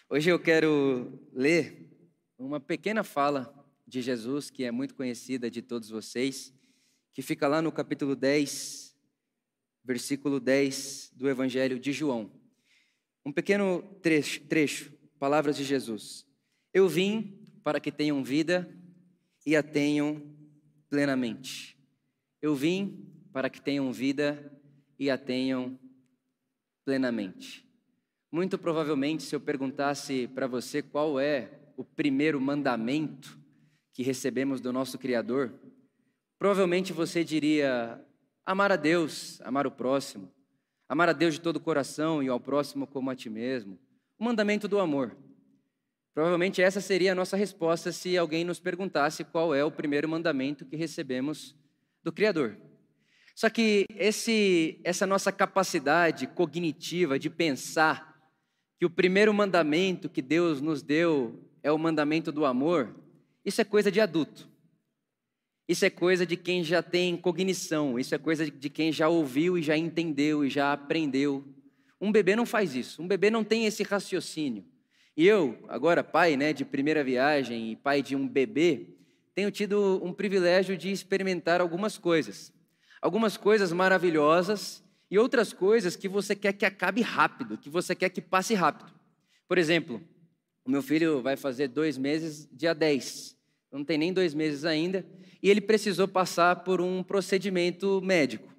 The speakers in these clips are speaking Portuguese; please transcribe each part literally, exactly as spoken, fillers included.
Hoje eu quero ler uma pequena fala de Jesus, que é muito conhecida de todos vocês, que fica lá no capítulo dez, versículo dez do Evangelho de João. Um pequeno trecho, trecho, palavras de Jesus. Eu vim para que tenham vida e a tenham plenamente. Eu vim para que tenham vida e a tenham plenamente. Muito provavelmente, se eu perguntasse para você qual é o primeiro mandamento que recebemos do nosso Criador, provavelmente você diria amar a Deus, amar o próximo, amar a Deus de todo o coração e ao próximo como a ti mesmo. O mandamento do amor. Provavelmente essa seria a nossa resposta se alguém nos perguntasse qual é o primeiro mandamento que recebemos do Criador. Só que esse, essa nossa capacidade cognitiva de pensar que o primeiro mandamento que Deus nos deu é o mandamento do amor, isso é coisa de adulto. Isso é coisa de quem já tem cognição, isso é coisa de quem já ouviu e já entendeu e já aprendeu. Um bebê não faz isso, um bebê não tem esse raciocínio. E eu, agora pai, né, de primeira viagem e pai de um bebê, tenho tido um privilégio de experimentar algumas coisas. Algumas coisas maravilhosas e outras coisas que você quer que acabe rápido, que você quer que passe rápido. Por exemplo, o meu filho vai fazer dois meses dia dez, não tem nem dois meses ainda, e ele precisou passar por um procedimento médico.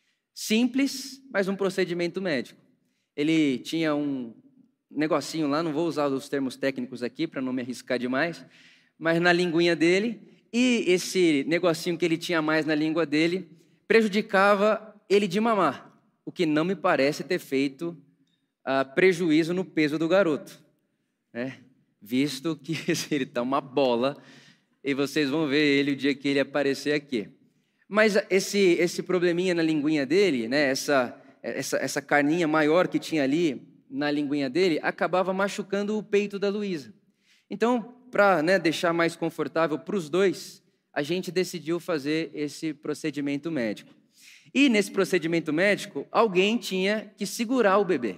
Simples, mas um procedimento médico. Ele tinha um negocinho lá, não vou usar os termos técnicos aqui para não me arriscar demais, mas na linguinha dele, e esse negocinho que ele tinha mais na língua dele prejudicava ele de mamar, o que não me parece ter feito uh, prejuízo no peso do garoto, né? Visto que ele está uma bola e vocês vão ver ele o dia que ele aparecer aqui. Mas esse, esse probleminha na linguinha dele, né, essa, essa, essa carninha maior que tinha ali na linguinha dele, acabava machucando o peito da Luísa. Então, para, né, deixar mais confortável para os dois, a gente decidiu fazer esse procedimento médico. E nesse procedimento médico, alguém tinha que segurar o bebê.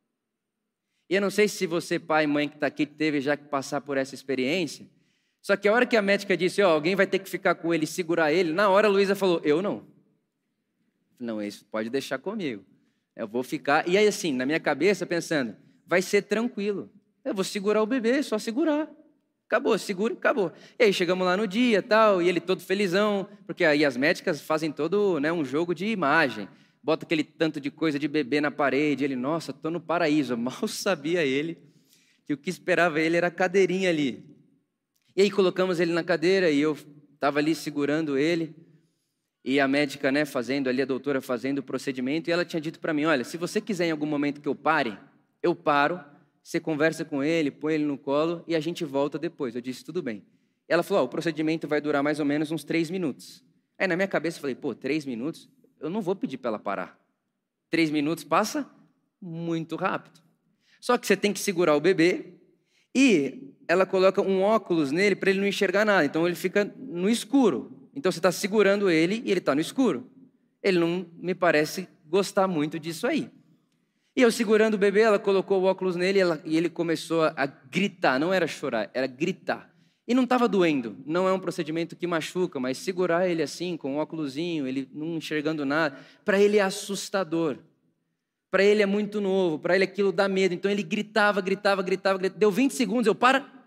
E eu não sei se você, pai e mãe que está aqui, teve já que passar por essa experiência, só que a hora que a médica disse, ó, alguém vai ter que ficar com ele e segurar ele, na hora a Luísa falou, eu não. Não, isso pode deixar comigo. Eu vou ficar, e aí assim, na minha cabeça, pensando, vai ser tranquilo. Eu vou segurar o bebê, só segurar. Acabou, segura, acabou. E aí chegamos lá no dia tal, e ele todo felizão, porque aí as médicas fazem todo, né, um jogo de imagem. Bota aquele tanto de coisa de bebê na parede, ele, nossa, estou no paraíso. Mal sabia ele que o que esperava ele era a cadeirinha ali. E aí colocamos ele na cadeira e eu estava ali segurando ele, e a médica, né, fazendo ali, a doutora fazendo o procedimento, e ela tinha dito para mim, olha, se você quiser em algum momento que eu pare, eu paro, você conversa com ele, põe ele no colo e a gente volta depois. Eu disse, tudo bem. Ela falou, oh, o procedimento vai durar mais ou menos uns três minutos. Aí na minha cabeça eu falei, pô, três minutos? Eu não vou pedir para ela parar. Três minutos passa muito rápido. Só que você tem que segurar o bebê e ela coloca um óculos nele para ele não enxergar nada. Então ele fica no escuro. Então você está segurando ele e ele está no escuro. Ele não me parece gostar muito disso aí. E eu segurando o bebê, ela colocou o óculos nele e, ela, e ele começou a, a gritar, não era chorar, era gritar. E não estava doendo, não é um procedimento que machuca, mas segurar ele assim, com o óculosinho, ele não enxergando nada, para ele é assustador. Para ele é muito novo, para ele aquilo dá medo. Então ele gritava, gritava, gritava, gritava. Deu vinte segundos, eu para.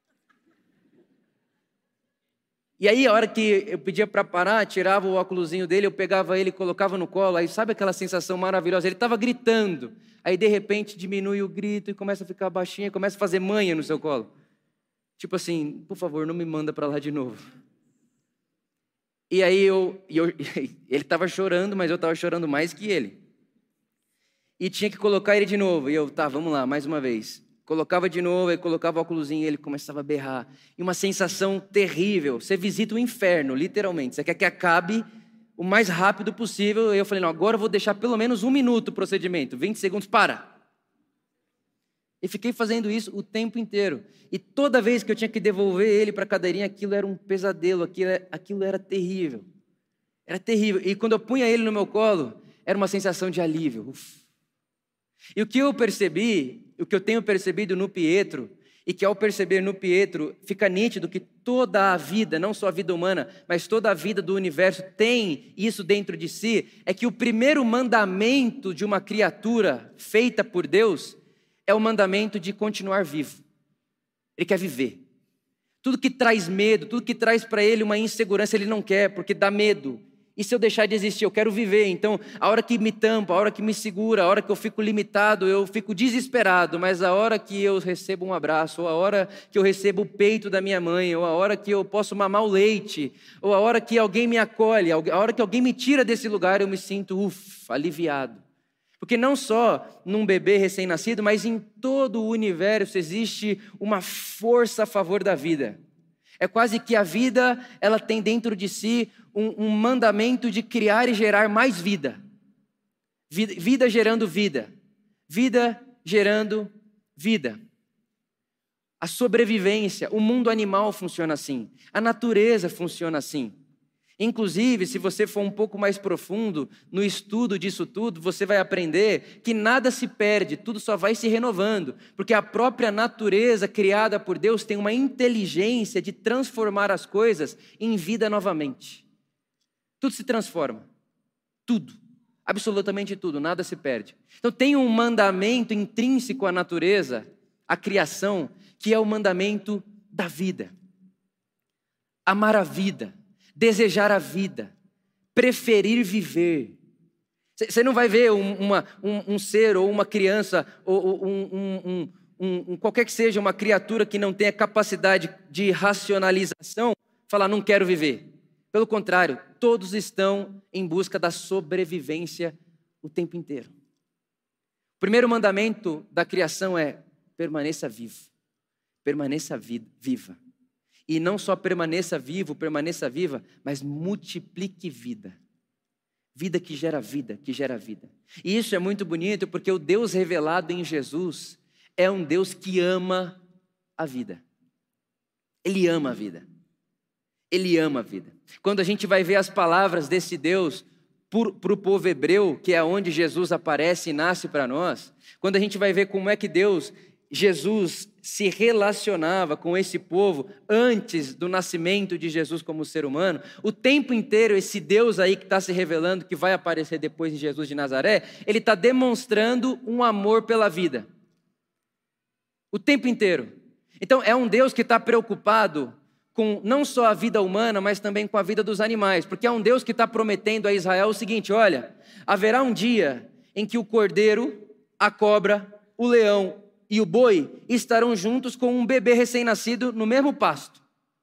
E aí, a hora que eu pedia para parar, tirava o óculosinho dele, eu pegava ele e colocava no colo. Aí, sabe aquela sensação maravilhosa? Ele estava gritando. Aí, de repente, diminui o grito e começa a ficar baixinho, começa a fazer manha no seu colo. Tipo assim, por favor, não me manda para lá de novo. E aí, eu, eu, ele estava chorando, mas eu estava chorando mais que ele. E tinha que colocar ele de novo. E eu, tá, vamos lá, mais uma vez. Colocava de novo, aí colocava o óculosinho e ele começava a berrar. E uma sensação terrível. Você visita o inferno, literalmente. Você quer que acabe o mais rápido possível. E eu falei, não, agora eu vou deixar pelo menos um minuto o procedimento. vinte segundos, para. E fiquei fazendo isso o tempo inteiro. E toda vez que eu tinha que devolver ele para a cadeirinha, aquilo era um pesadelo, aquilo, aquilo era terrível. Era terrível. E quando eu punha ele no meu colo, era uma sensação de alívio. Uf. E o que eu percebi o que eu tenho percebido no Pietro, e que ao perceber no Pietro, fica nítido que toda a vida, não só a vida humana, mas toda a vida do universo tem isso dentro de si, é que o primeiro mandamento de uma criatura feita por Deus é o mandamento de continuar vivo. Ele quer viver. Tudo que traz medo, tudo que traz para ele uma insegurança, ele não quer, porque dá medo. E se eu deixar de existir, eu quero viver. Então, a hora que me tampa, a hora que me segura, a hora que eu fico limitado, eu fico desesperado. Mas a hora que eu recebo um abraço, ou a hora que eu recebo o peito da minha mãe, ou a hora que eu posso mamar o leite, ou a hora que alguém me acolhe, a hora que alguém me tira desse lugar, eu me sinto, ufa, aliviado. Porque não só num bebê recém-nascido, mas em todo o universo existe uma força a favor da vida. É quase que a vida, ela tem dentro de si um, um mandamento de criar e gerar mais vida. vida. Vida gerando vida. Vida gerando vida. A sobrevivência, o mundo animal funciona assim. A natureza funciona assim. Inclusive, se você for um pouco mais profundo no estudo disso tudo, você vai aprender que nada se perde, tudo só vai se renovando, porque a própria natureza criada por Deus tem uma inteligência de transformar as coisas em vida novamente. Tudo se transforma, tudo, absolutamente tudo, nada se perde. Então tem um mandamento intrínseco à natureza, à criação, que é o mandamento da vida. Amar a vida. Desejar a vida, preferir viver. Você não vai ver um, uma, um, um ser ou uma criança, ou um, um, um, um, qualquer que seja uma criatura que não tenha capacidade de racionalização, falar, não quero viver. Pelo contrário, todos estão em busca da sobrevivência o tempo inteiro. O primeiro mandamento da criação é permaneça vivo, permaneça viva. E não só permaneça vivo, permaneça viva, mas multiplique vida. Vida que gera vida, que gera vida. E isso é muito bonito porque o Deus revelado em Jesus é um Deus que ama a vida. Ele ama a vida. Ele ama a vida. Quando a gente vai ver as palavras desse Deus para o povo hebreu, que é onde Jesus aparece e nasce para nós, quando a gente vai ver como é que Deus... Jesus se relacionava com esse povo antes do nascimento de Jesus como ser humano, o tempo inteiro esse Deus aí que está se revelando, que vai aparecer depois em Jesus de Nazaré, ele está demonstrando um amor pela vida. O tempo inteiro. Então é um Deus que está preocupado com não só a vida humana, mas também com a vida dos animais, porque é um Deus que está prometendo a Israel o seguinte, olha, haverá um dia em que o cordeiro, a cobra, o leão e o boi estarão juntos com um bebê recém-nascido no mesmo pasto.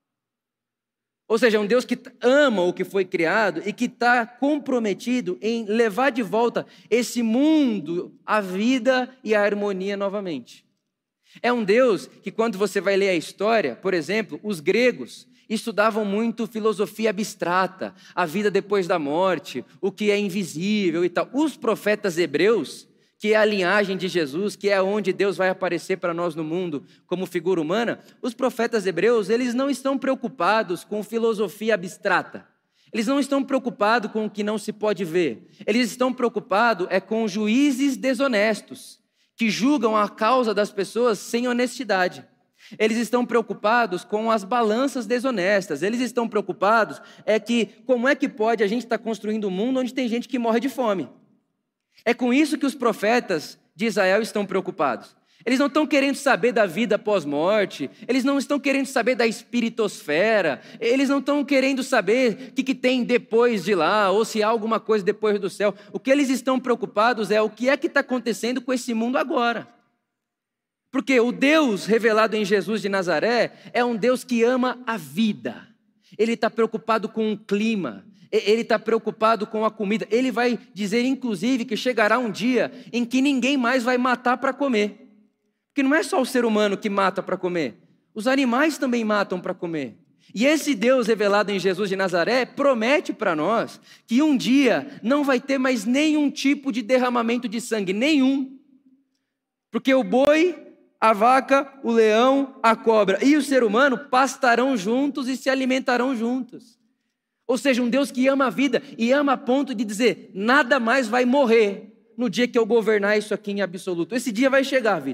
Ou seja, é um Deus que ama o que foi criado e que está comprometido em levar de volta esse mundo, a vida e a harmonia novamente. É um Deus que quando você vai ler a história, por exemplo, os gregos estudavam muito filosofia abstrata, a vida depois da morte, o que é invisível e tal. Os profetas hebreus, que é a linhagem de Jesus, que é onde Deus vai aparecer para nós no mundo como figura humana, os profetas hebreus, eles não estão preocupados com filosofia abstrata. Eles não estão preocupados com o que não se pode ver. Eles estão preocupados é com juízes desonestos, que julgam a causa das pessoas sem honestidade. Eles estão preocupados com as balanças desonestas. Eles estão preocupados é que como é que pode a gente estar construindo um mundo onde tem gente que morre de fome. É com isso que os profetas de Israel estão preocupados. Eles não estão querendo saber da vida pós-morte, eles não estão querendo saber da espiritosfera, eles não estão querendo saber o que, que tem depois de lá, ou se há alguma coisa depois do céu. O que eles estão preocupados é o que é que está acontecendo com esse mundo agora. Porque o Deus revelado em Jesus de Nazaré é um Deus que ama a vida. Ele está preocupado com o clima. Ele está preocupado com a comida. Ele vai dizer, inclusive, que chegará um dia em que ninguém mais vai matar para comer. Porque não é só o ser humano que mata para comer. Os animais também matam para comer. E esse Deus revelado em Jesus de Nazaré promete para nós que um dia não vai ter mais nenhum tipo de derramamento de sangue. Nenhum. Porque o boi, a vaca, o leão, a cobra e o ser humano pastarão juntos e se alimentarão juntos. Ou seja, um Deus que ama a vida e ama a ponto de dizer, nada mais vai morrer no dia que eu governar isso aqui em absoluto. Esse dia vai chegar, Vitor.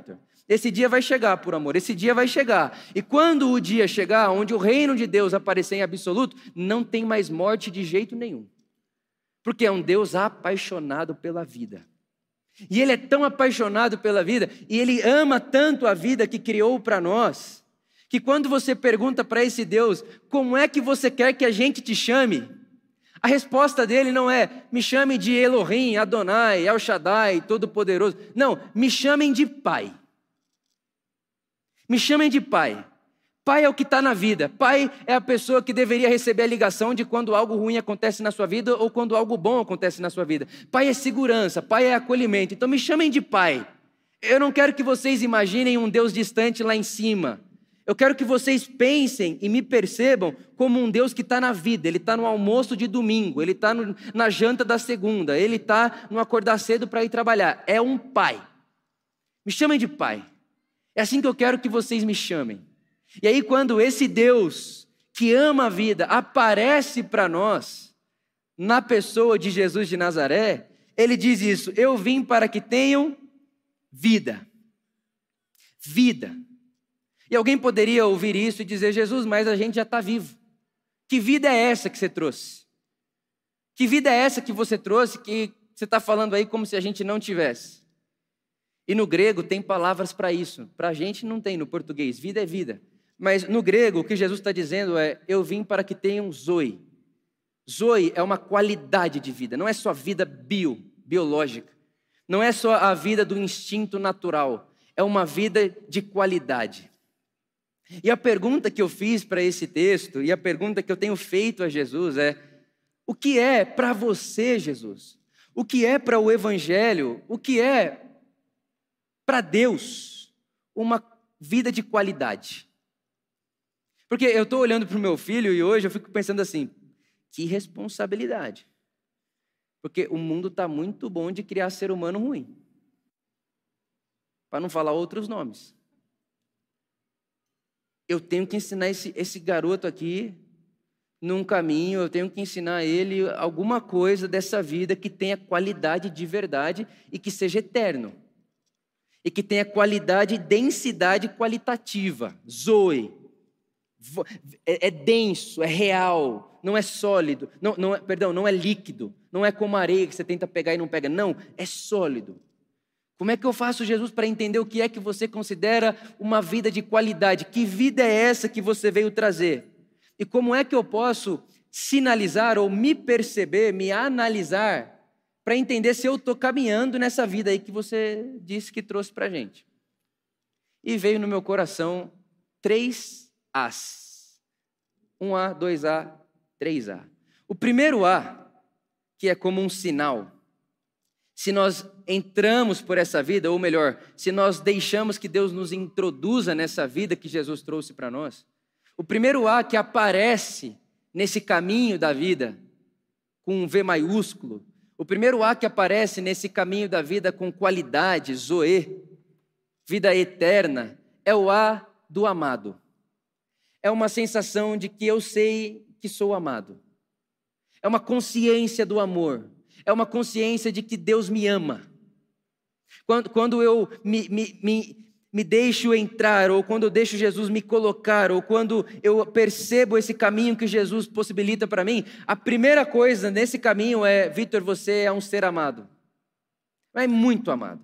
Esse dia vai chegar, por amor, esse dia vai chegar. E quando o dia chegar, onde o reino de Deus aparecer em absoluto, não tem mais morte de jeito nenhum. Porque é um Deus apaixonado pela vida. E Ele é tão apaixonado pela vida, e Ele ama tanto a vida que criou para nós, que quando você pergunta para esse Deus, como é que você quer que a gente te chame? A resposta dele não é, me chame de Elohim, Adonai, El Shaddai, Todo-Poderoso. Não, me chamem de Pai. Me chamem de Pai. Pai é o que está na vida. Pai é a pessoa que deveria receber a ligação de quando algo ruim acontece na sua vida ou quando algo bom acontece na sua vida. Pai é segurança, Pai é acolhimento. Então me chamem de Pai. Eu não quero que vocês imaginem um Deus distante lá em cima. Eu quero que vocês pensem e me percebam como um Deus que está na vida. Ele está no almoço de domingo, Ele está na janta da segunda, Ele está no acordar cedo para ir trabalhar. É um Pai. Me chamem de Pai. É assim que eu quero que vocês me chamem. E aí quando esse Deus que ama a vida aparece para nós, na pessoa de Jesus de Nazaré, Ele diz isso, eu vim para que tenham vida. Vida. E alguém poderia ouvir isso e dizer, Jesus, mas a gente já está vivo. Que vida é essa que você trouxe? Que vida é essa que você trouxe que você está falando aí como se a gente não tivesse? E no grego tem palavras para isso. Para a gente não tem no português. Vida é vida. Mas no grego o que Jesus está dizendo é, eu vim para que tenham zoe. Zoe é uma qualidade de vida. Não é só vida bio, biológica. Não é só a vida do instinto natural. É uma vida de qualidade. E a pergunta que eu fiz para esse texto, e a pergunta que eu tenho feito a Jesus é, o que é para você, Jesus? O que é para o Evangelho? O que é para Deus uma vida de qualidade? Porque eu estou olhando para o meu filho e hoje eu fico pensando assim, que responsabilidade. Porque o mundo está muito bom de criar ser humano ruim. Para não falar outros nomes. Eu tenho que ensinar esse, esse garoto aqui num caminho, eu tenho que ensinar ele alguma coisa dessa vida que tenha qualidade de verdade e que seja eterno. E que tenha qualidade e densidade qualitativa, zoe. É, é denso, é real, não é sólido, não, não é, perdão, não é líquido, não é como areia que você tenta pegar e não pega, não, é sólido. Como é que eu faço, Jesus, para entender o que é que você considera uma vida de qualidade? Que vida é essa que você veio trazer? E como é que eu posso sinalizar ou me perceber, me analisar, para entender se eu estou caminhando nessa vida aí que você disse que trouxe para a gente? E veio no meu coração três As. Um A, dois A, três A. O primeiro A, que é como um sinal. Se nós entramos por essa vida, ou melhor, se nós deixamos que Deus nos introduza nessa vida que Jesus trouxe para nós, o primeiro A que aparece nesse caminho da vida, com um V maiúsculo, o primeiro A que aparece nesse caminho da vida com qualidade, zoe, vida eterna, é o A do amado. É uma sensação de que eu sei que sou amado. É uma consciência do amor. É uma consciência de que Deus me ama. Quando, quando eu me, me, me, me deixo entrar, ou quando eu deixo Jesus me colocar, ou quando eu percebo esse caminho que Jesus possibilita para mim, a primeira coisa nesse caminho é, Vitor, você é um ser amado. É muito amado.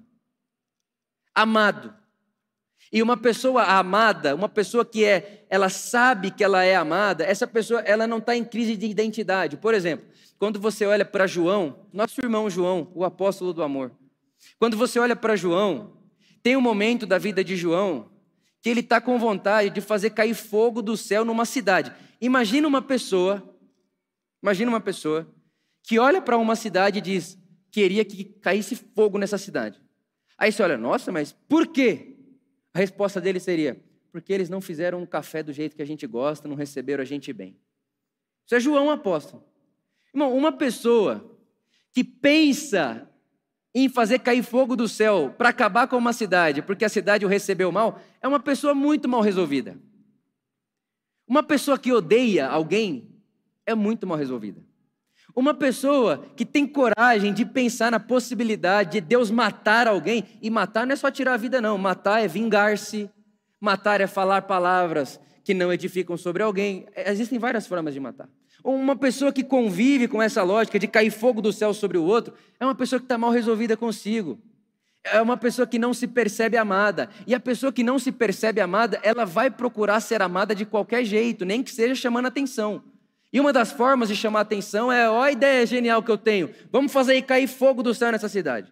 Amado. E uma pessoa amada, uma pessoa que é, ela sabe que ela é amada, essa pessoa ela não está em crise de identidade. Por exemplo, quando você olha para João, nosso irmão João, o apóstolo do amor. Quando você olha para João, tem um momento da vida de João que ele está com vontade de fazer cair fogo do céu numa cidade. Imagina uma pessoa, imagina uma pessoa que olha para uma cidade e diz, queria que caísse fogo nessa cidade. Aí você olha, nossa, mas por quê? A resposta dele seria, porque eles não fizeram um café do jeito que a gente gosta, não receberam a gente bem. Isso é João apóstolo. Irmão, uma pessoa que pensa em fazer cair fogo do céu para acabar com uma cidade, porque a cidade o recebeu mal, é uma pessoa muito mal resolvida. Uma pessoa que odeia alguém é muito mal resolvida. Uma pessoa que tem coragem de pensar na possibilidade de Deus matar alguém, e matar não é só tirar a vida não, matar é vingar-se, matar é falar palavras que não edificam sobre alguém, existem várias formas de matar. Uma pessoa que convive com essa lógica de cair fogo do céu sobre o outro, é uma pessoa que está mal resolvida consigo, é uma pessoa que não se percebe amada, e a pessoa que não se percebe amada, ela vai procurar ser amada de qualquer jeito, nem que seja chamando atenção. E uma das formas de chamar atenção é, ó a ideia genial que eu tenho, vamos fazer cair fogo do céu nessa cidade.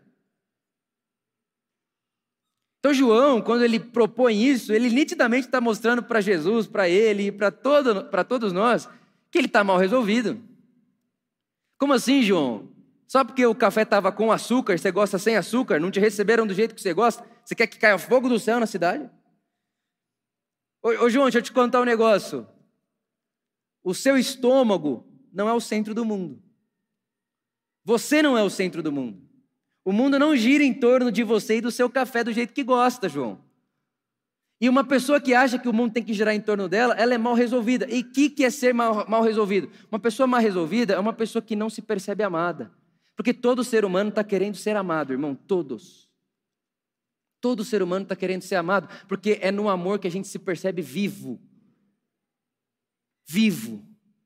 Então João, quando ele propõe isso, ele nitidamente está mostrando para Jesus, para ele e para todo, para todos nós, que ele está mal resolvido. Como assim, João? Só porque o café estava com açúcar, você gosta sem açúcar, não te receberam do jeito que você gosta, você quer que caia fogo do céu na cidade? Ô, ô João, deixa eu te contar um negócio. O seu estômago não é o centro do mundo. Você não é o centro do mundo. O mundo não gira em torno de você e do seu café do jeito que gosta, João. E uma pessoa que acha que o mundo tem que girar em torno dela, ela é mal resolvida. E o que, que é ser mal, mal resolvido? Uma pessoa mal resolvida é uma pessoa que não se percebe amada. Porque todo ser humano está querendo ser amado, irmão, todos. Todo ser humano está querendo ser amado, porque é no amor que a gente se percebe vivo. Vivo.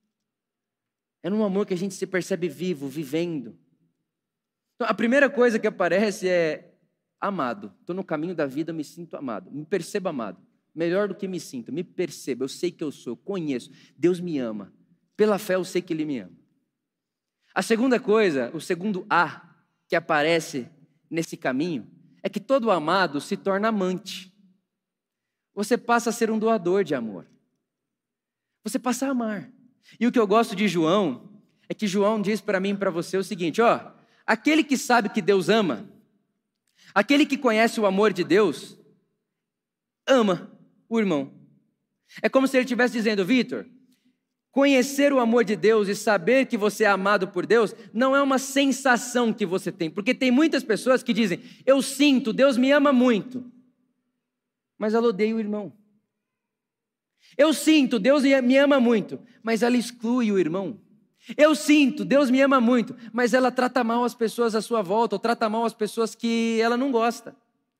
É no amor que a gente se percebe vivo, vivendo. Então, a primeira coisa que aparece é amado. Estou no caminho da vida, me sinto amado. Me percebo amado. Melhor do que me sinto, me percebo. Eu sei que eu sou, eu conheço. Deus me ama. Pela fé eu sei que Ele me ama. A segunda coisa, o segundo A que aparece nesse caminho, é que todo amado se torna amante. Você passa a ser um doador de amor. Você passa a amar. E o que eu gosto de João, é que João diz para mim e para você o seguinte, ó, aquele que sabe que Deus ama, aquele que conhece o amor de Deus, ama o irmão. É como se ele estivesse dizendo, Vitor, conhecer o amor de Deus e saber que você é amado por Deus, não é uma sensação que você tem, porque tem muitas pessoas que dizem, eu sinto, Deus me ama muito, mas ela odeia o irmão. Eu sinto, Deus me ama muito, mas ela exclui o irmão. Eu sinto, Deus me ama muito, mas ela trata mal as pessoas à sua volta, ou trata mal as pessoas que ela não gosta.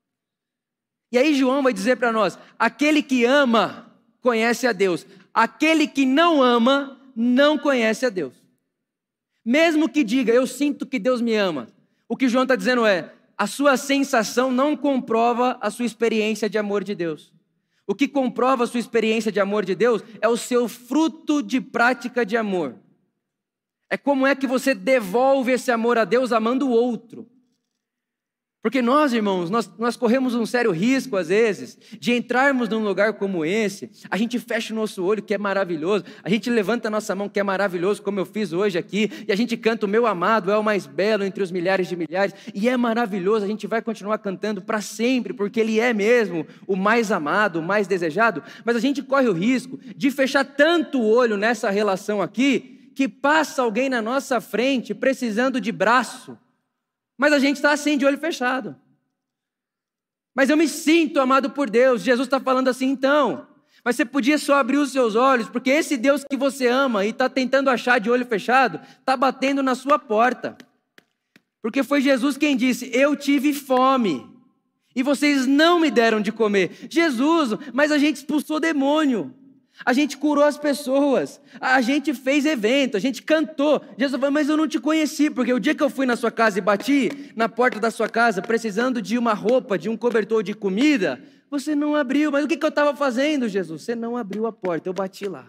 E aí João vai dizer para nós, aquele que ama, conhece a Deus. Aquele que não ama, não conhece a Deus. Mesmo que diga, eu sinto que Deus me ama, o que João está dizendo é, a sua sensação não comprova a sua experiência de amor de Deus. O que comprova a sua experiência de amor de Deus é o seu fruto de prática de amor. É como é que você devolve esse amor a Deus amando o outro. Porque nós, irmãos, nós, nós corremos um sério risco, às vezes, de entrarmos num lugar como esse, a gente fecha o nosso olho, que é maravilhoso, a gente levanta a nossa mão, que é maravilhoso, como eu fiz hoje aqui, e a gente canta, o meu amado é o mais belo entre os milhares de milhares, e é maravilhoso, a gente vai continuar cantando para sempre, porque ele é mesmo o mais amado, o mais desejado, mas a gente corre o risco de fechar tanto o olho nessa relação aqui, que passa alguém na nossa frente precisando de braço, mas a gente está assim, de olho fechado. Mas eu me sinto amado por Deus. Jesus está falando assim, então. Mas você podia só abrir os seus olhos, porque esse Deus que você ama e está tentando achar de olho fechado, está batendo na sua porta. Porque foi Jesus quem disse, eu tive fome, e vocês não me deram de comer. Jesus, mas a gente expulsou demônio. A gente curou as pessoas, a gente fez evento, a gente cantou. Jesus falou, mas eu não te conheci, porque o dia que eu fui na sua casa e bati na porta da sua casa, precisando de uma roupa, de um cobertor de comida, você não abriu. Mas o que, que eu estava fazendo, Jesus? Você não abriu a porta, eu bati lá.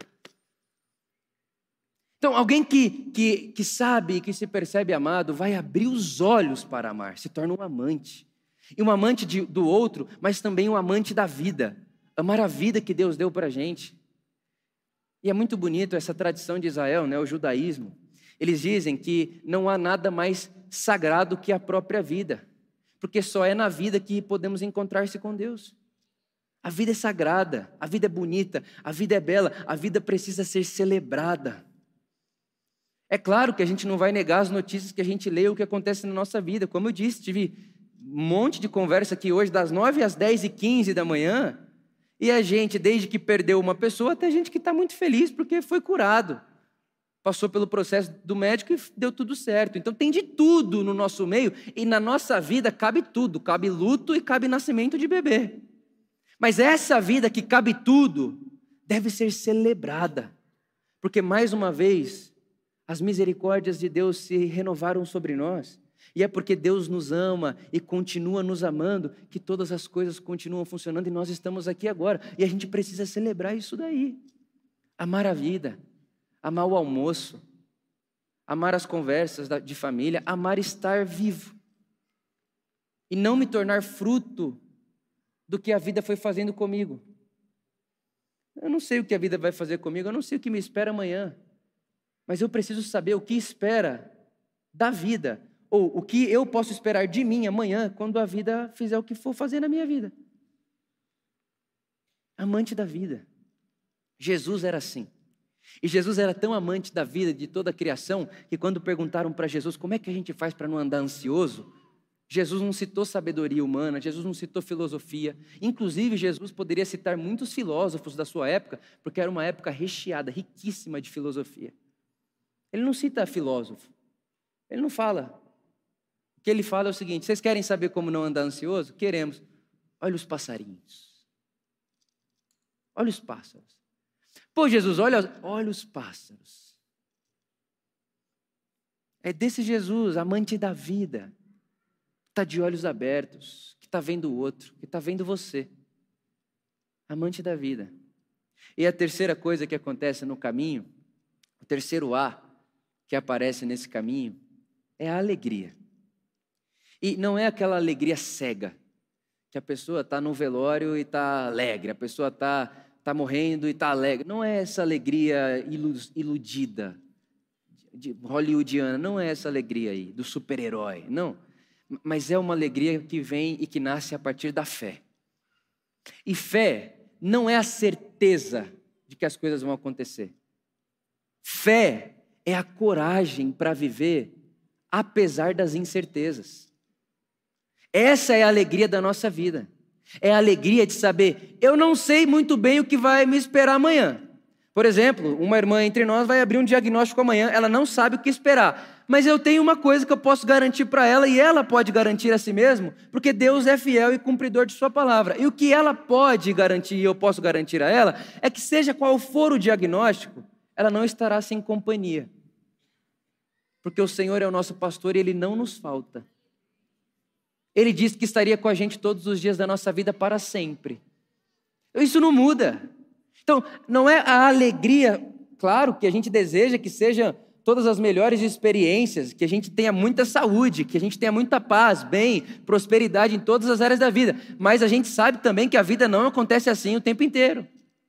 Então, alguém que, que, que sabe, que se percebe amado, vai abrir os olhos para amar, se torna um amante. E um amante de, do outro, mas também um amante da vida. Amar a vida que Deus deu para a gente. E é muito bonito essa tradição de Israel, né, o judaísmo. Eles dizem que não há nada mais sagrado que a própria vida, porque só é na vida que podemos encontrar-se com Deus. A vida é sagrada, a vida é bonita, a vida é bela, a vida precisa ser celebrada. É claro que a gente não vai negar as notícias que a gente lê, o que acontece na nossa vida. Como eu disse, tive um monte de conversa aqui hoje, das nove às dez e quinze da manhã, e a gente, desde que perdeu uma pessoa, até gente que está muito feliz porque foi curado. passou pelo processo do médico e deu tudo certo. Então tem de tudo no nosso meio e na nossa vida cabe tudo, cabe luto e cabe nascimento de bebê. Mas essa vida que cabe tudo deve ser celebrada, porque mais uma vez as misericórdias de Deus se renovaram sobre nós. E é porque Deus nos ama e continua nos amando que todas as coisas continuam funcionando e nós estamos aqui agora. E a gente precisa celebrar isso daí. Amar a vida, amar o almoço, amar as conversas de família, amar estar vivo. E não me tornar fruto do que a vida foi fazendo comigo. Eu não sei o que a vida vai fazer comigo, eu não sei o que me espera amanhã. Mas eu preciso saber o que espera da vida, ou o que eu posso esperar de mim amanhã, quando a vida fizer o que for fazer na minha vida. Amante da vida. Jesus era assim. E Jesus era tão amante da vida, de toda a criação, que quando perguntaram para Jesus como é que a gente faz para não andar ansioso, Jesus não citou sabedoria humana, Jesus não citou filosofia. Inclusive, Jesus poderia citar muitos filósofos da sua época, porque era uma época recheada, riquíssima de filosofia. Ele não cita filósofo. Ele não fala. O que ele fala é o seguinte: vocês querem saber como não andar ansioso? Queremos. Olha os passarinhos. Olha os pássaros. Pô, Jesus, olha, olha os pássaros. É desse Jesus, amante da vida, que está de olhos abertos, que está vendo o outro, que está vendo você. Amante da vida. E a terceira coisa que acontece no caminho, o terceiro A que aparece nesse caminho, é a alegria. E não é aquela alegria cega, que a pessoa está no velório e está alegre, a pessoa está tá morrendo e está alegre. Não é essa alegria iludida, de hollywoodiana, não é essa alegria aí, do super-herói, não. Mas é uma alegria que vem e que nasce a partir da fé. E fé não é a certeza de que as coisas vão acontecer. Fé é a coragem para viver apesar das incertezas. Essa é a alegria da nossa vida. É a alegria de saber, eu não sei muito bem o que vai me esperar amanhã. Por exemplo, uma irmã entre nós vai abrir um diagnóstico amanhã, ela não sabe o que esperar. Mas eu tenho uma coisa que eu posso garantir para ela, e ela pode garantir a si mesma, porque Deus é fiel e cumpridor de sua palavra. E o que ela pode garantir, e eu posso garantir a ela, é que seja qual for o diagnóstico, ela não estará sem companhia. Porque o Senhor é o nosso pastor e Ele não nos falta. Ele disse que estaria com a gente todos os dias da nossa vida para sempre. Isso não muda. Então, não é a alegria, claro, que a gente deseja que seja todas as melhores experiências, que a gente tenha muita saúde, que a gente tenha muita paz, bem, prosperidade em todas as áreas da vida. Mas a gente sabe também que a vida não acontece assim o tempo inteiro.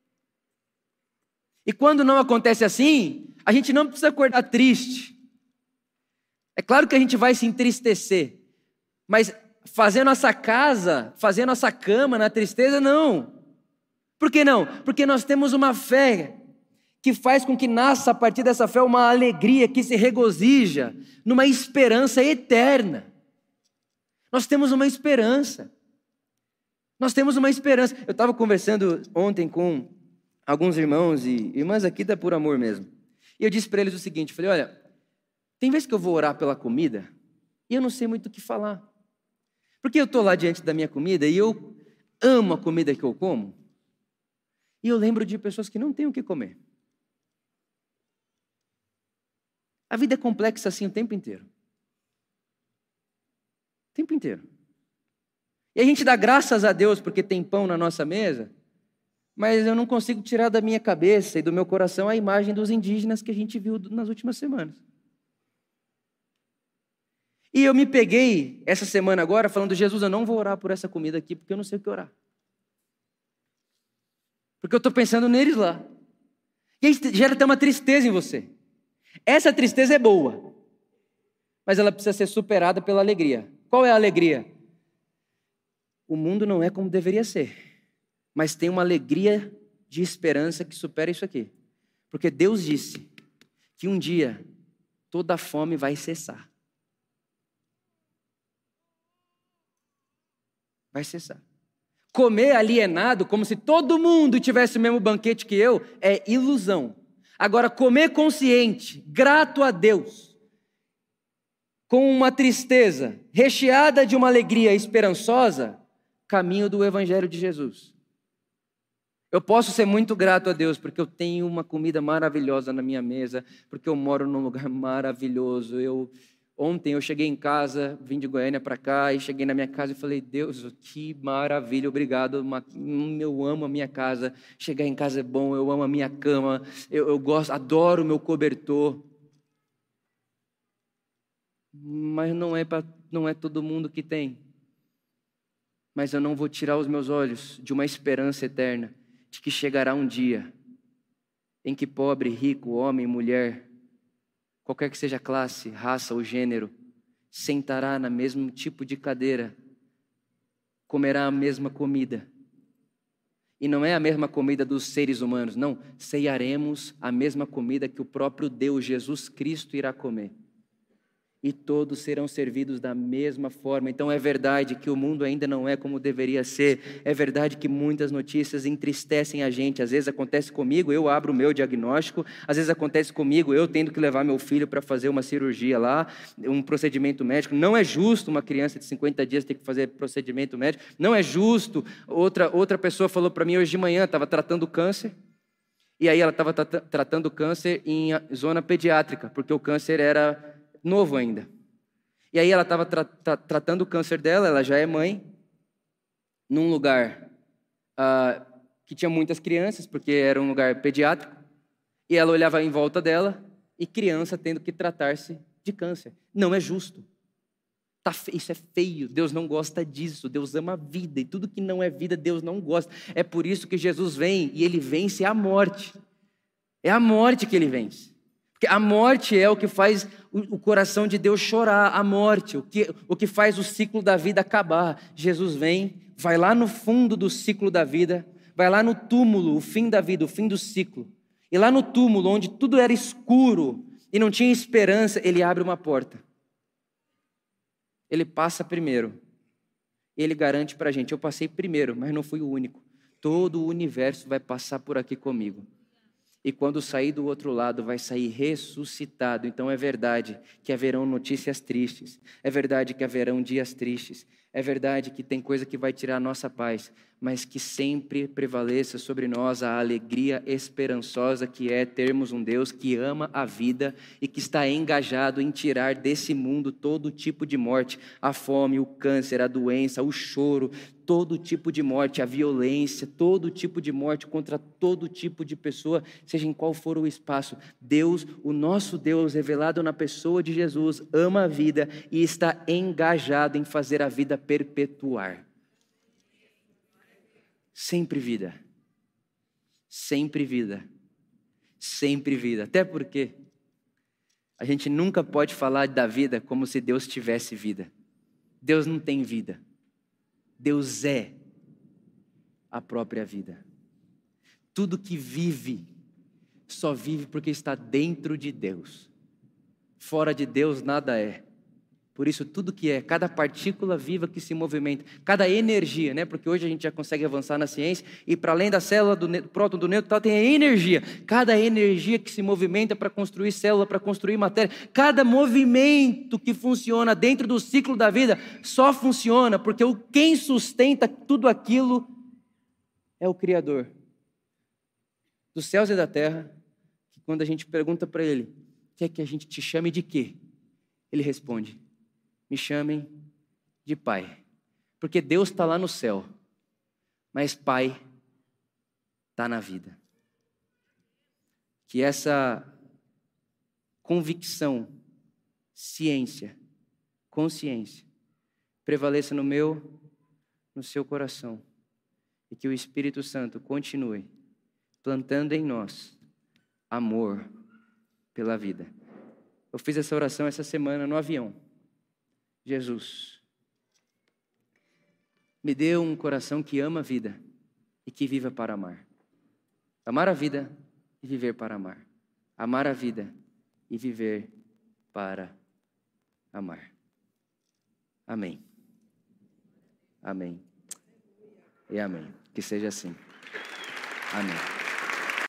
E quando não acontece assim, a gente não precisa acordar triste. É claro que a gente vai se entristecer, mas fazer nossa casa, fazer nossa cama na tristeza, não. Por que não? Porque nós temos uma fé que faz com que nasça a partir dessa fé uma alegria que se regozija numa esperança eterna. Nós temos uma esperança. Nós temos uma esperança. Eu estava conversando ontem com alguns irmãos e irmãs aqui da Por Amor mesmo. E eu disse para eles o seguinte, falei, olha, tem vezes que eu vou orar pela comida e eu não sei muito o que falar. Porque eu estou lá diante da minha comida e eu amo a comida que eu como. E eu lembro de pessoas que não têm o que comer. A vida é complexa assim o tempo inteiro. O tempo inteiro. E a gente dá graças a Deus porque tem pão na nossa mesa, mas eu não consigo tirar da minha cabeça e do meu coração a imagem dos indígenas que a gente viu nas últimas semanas. E eu me peguei essa semana agora falando, Jesus, eu não vou orar por essa comida aqui porque eu não sei o que orar. Porque eu estou pensando neles lá. E aí gera até uma tristeza em você. Essa tristeza é boa, mas ela precisa ser superada pela alegria. Qual é a alegria? O mundo não é como deveria ser, mas tem uma alegria de esperança que supera isso aqui. Porque Deus disse que um dia toda a fome vai cessar. Vai cessar. Comer alienado, como se todo mundo tivesse o mesmo banquete que eu, é ilusão. Agora, comer consciente, grato a Deus, com uma tristeza recheada de uma alegria esperançosa, caminho do Evangelho de Jesus. Eu posso ser muito grato a Deus porque eu tenho uma comida maravilhosa na minha mesa, porque eu moro num lugar maravilhoso. Eu, ontem eu cheguei em casa, vim de Goiânia para cá e cheguei na minha casa e falei, Deus, que maravilha, obrigado, eu amo a minha casa, chegar em casa é bom, eu amo a minha cama, eu, eu gosto, adoro o meu cobertor. Mas não é, pra, não é todo mundo que tem. Mas eu não vou tirar os meus olhos de uma esperança eterna, de que chegará um dia em que pobre, rico, homem, mulher, qualquer que seja a classe, raça ou gênero, sentará no mesmo tipo de cadeira, comerá a mesma comida. E não é a mesma comida dos seres humanos, não, ceiaremos a mesma comida que o próprio Deus, Jesus Cristo, irá comer. E todos serão servidos da mesma forma. Então é verdade que o mundo ainda não é como deveria ser. É verdade que muitas notícias entristecem a gente. Às vezes acontece comigo, eu abro o meu diagnóstico. Às vezes acontece comigo, eu tendo que levar meu filho para fazer uma cirurgia lá, um procedimento médico. Não é justo uma criança de cinquenta dias ter que fazer procedimento médico. Não é justo. Outra, outra pessoa falou para mim hoje de manhã, estava tratando câncer. E aí ela estava tra- tratando câncer em zona pediátrica, porque o câncer era novo ainda. E aí ela estava tra tra tratando o câncer dela, ela já é mãe, num lugar uh, que tinha muitas crianças, porque era um lugar pediátrico, e ela olhava em volta dela, e criança tendo que tratar-se de câncer. Não é justo. Tá fe... Isso é feio, Deus não gosta disso, Deus ama a vida, e tudo que não é vida, Deus não gosta. É por isso que Jesus vem, e Ele vence a morte. É a morte que Ele vence. Porque a morte é o que faz o coração de Deus chorar, a morte, o que, o que faz o ciclo da vida acabar. Jesus vem, vai lá no fundo do ciclo da vida, vai lá no túmulo, o fim da vida, o fim do ciclo. E lá no túmulo, onde tudo era escuro e não tinha esperança, Ele abre uma porta. Ele passa primeiro. Ele garante para a gente, eu passei primeiro, mas não fui o único. Todo o universo vai passar por aqui comigo. E quando sair do outro lado, vai sair ressuscitado. Então é verdade que haverão notícias tristes. É verdade que haverão dias tristes. É verdade que tem coisa que vai tirar a nossa paz. Mas que sempre prevaleça sobre nós a alegria esperançosa que é termos um Deus que ama a vida e que está engajado em tirar desse mundo todo tipo de morte. A fome, o câncer, a doença, o choro, todo tipo de morte, a violência, todo tipo de morte contra todo tipo de pessoa, seja em qual for o espaço. Deus, o nosso Deus revelado na pessoa de Jesus, ama a vida e está engajado em fazer a vida perpetuar. Sempre vida. Sempre vida. Sempre vida. Até porque a gente nunca pode falar da vida como se Deus tivesse vida. Deus não tem vida. Deus é a própria vida. Tudo que vive, só vive porque está dentro de Deus. Fora de Deus nada é. Por isso tudo que é, cada partícula viva que se movimenta, cada energia, né? Porque hoje a gente já consegue avançar na ciência e para além da célula do próton, do nêutron, tem a energia. Cada energia que se movimenta para construir célula, para construir matéria, cada movimento que funciona dentro do ciclo da vida só funciona porque o quem sustenta tudo aquilo é o Criador dos céus e da terra, que quando a gente pergunta para Ele, quer que a gente te chame de quê? Ele responde, me chamem de Pai. Porque Deus está lá no céu, mas Pai está na vida. Que essa convicção, ciência, consciência, prevaleça no meu, no seu coração. E que o Espírito Santo continue plantando em nós amor pela vida. Eu fiz essa oração essa semana no avião. Jesus, me dê um coração que ama a vida e que viva para amar. Amar a vida e viver para amar. Amar a vida e viver para amar. Amém. Amém. E amém. Que seja assim. Amém.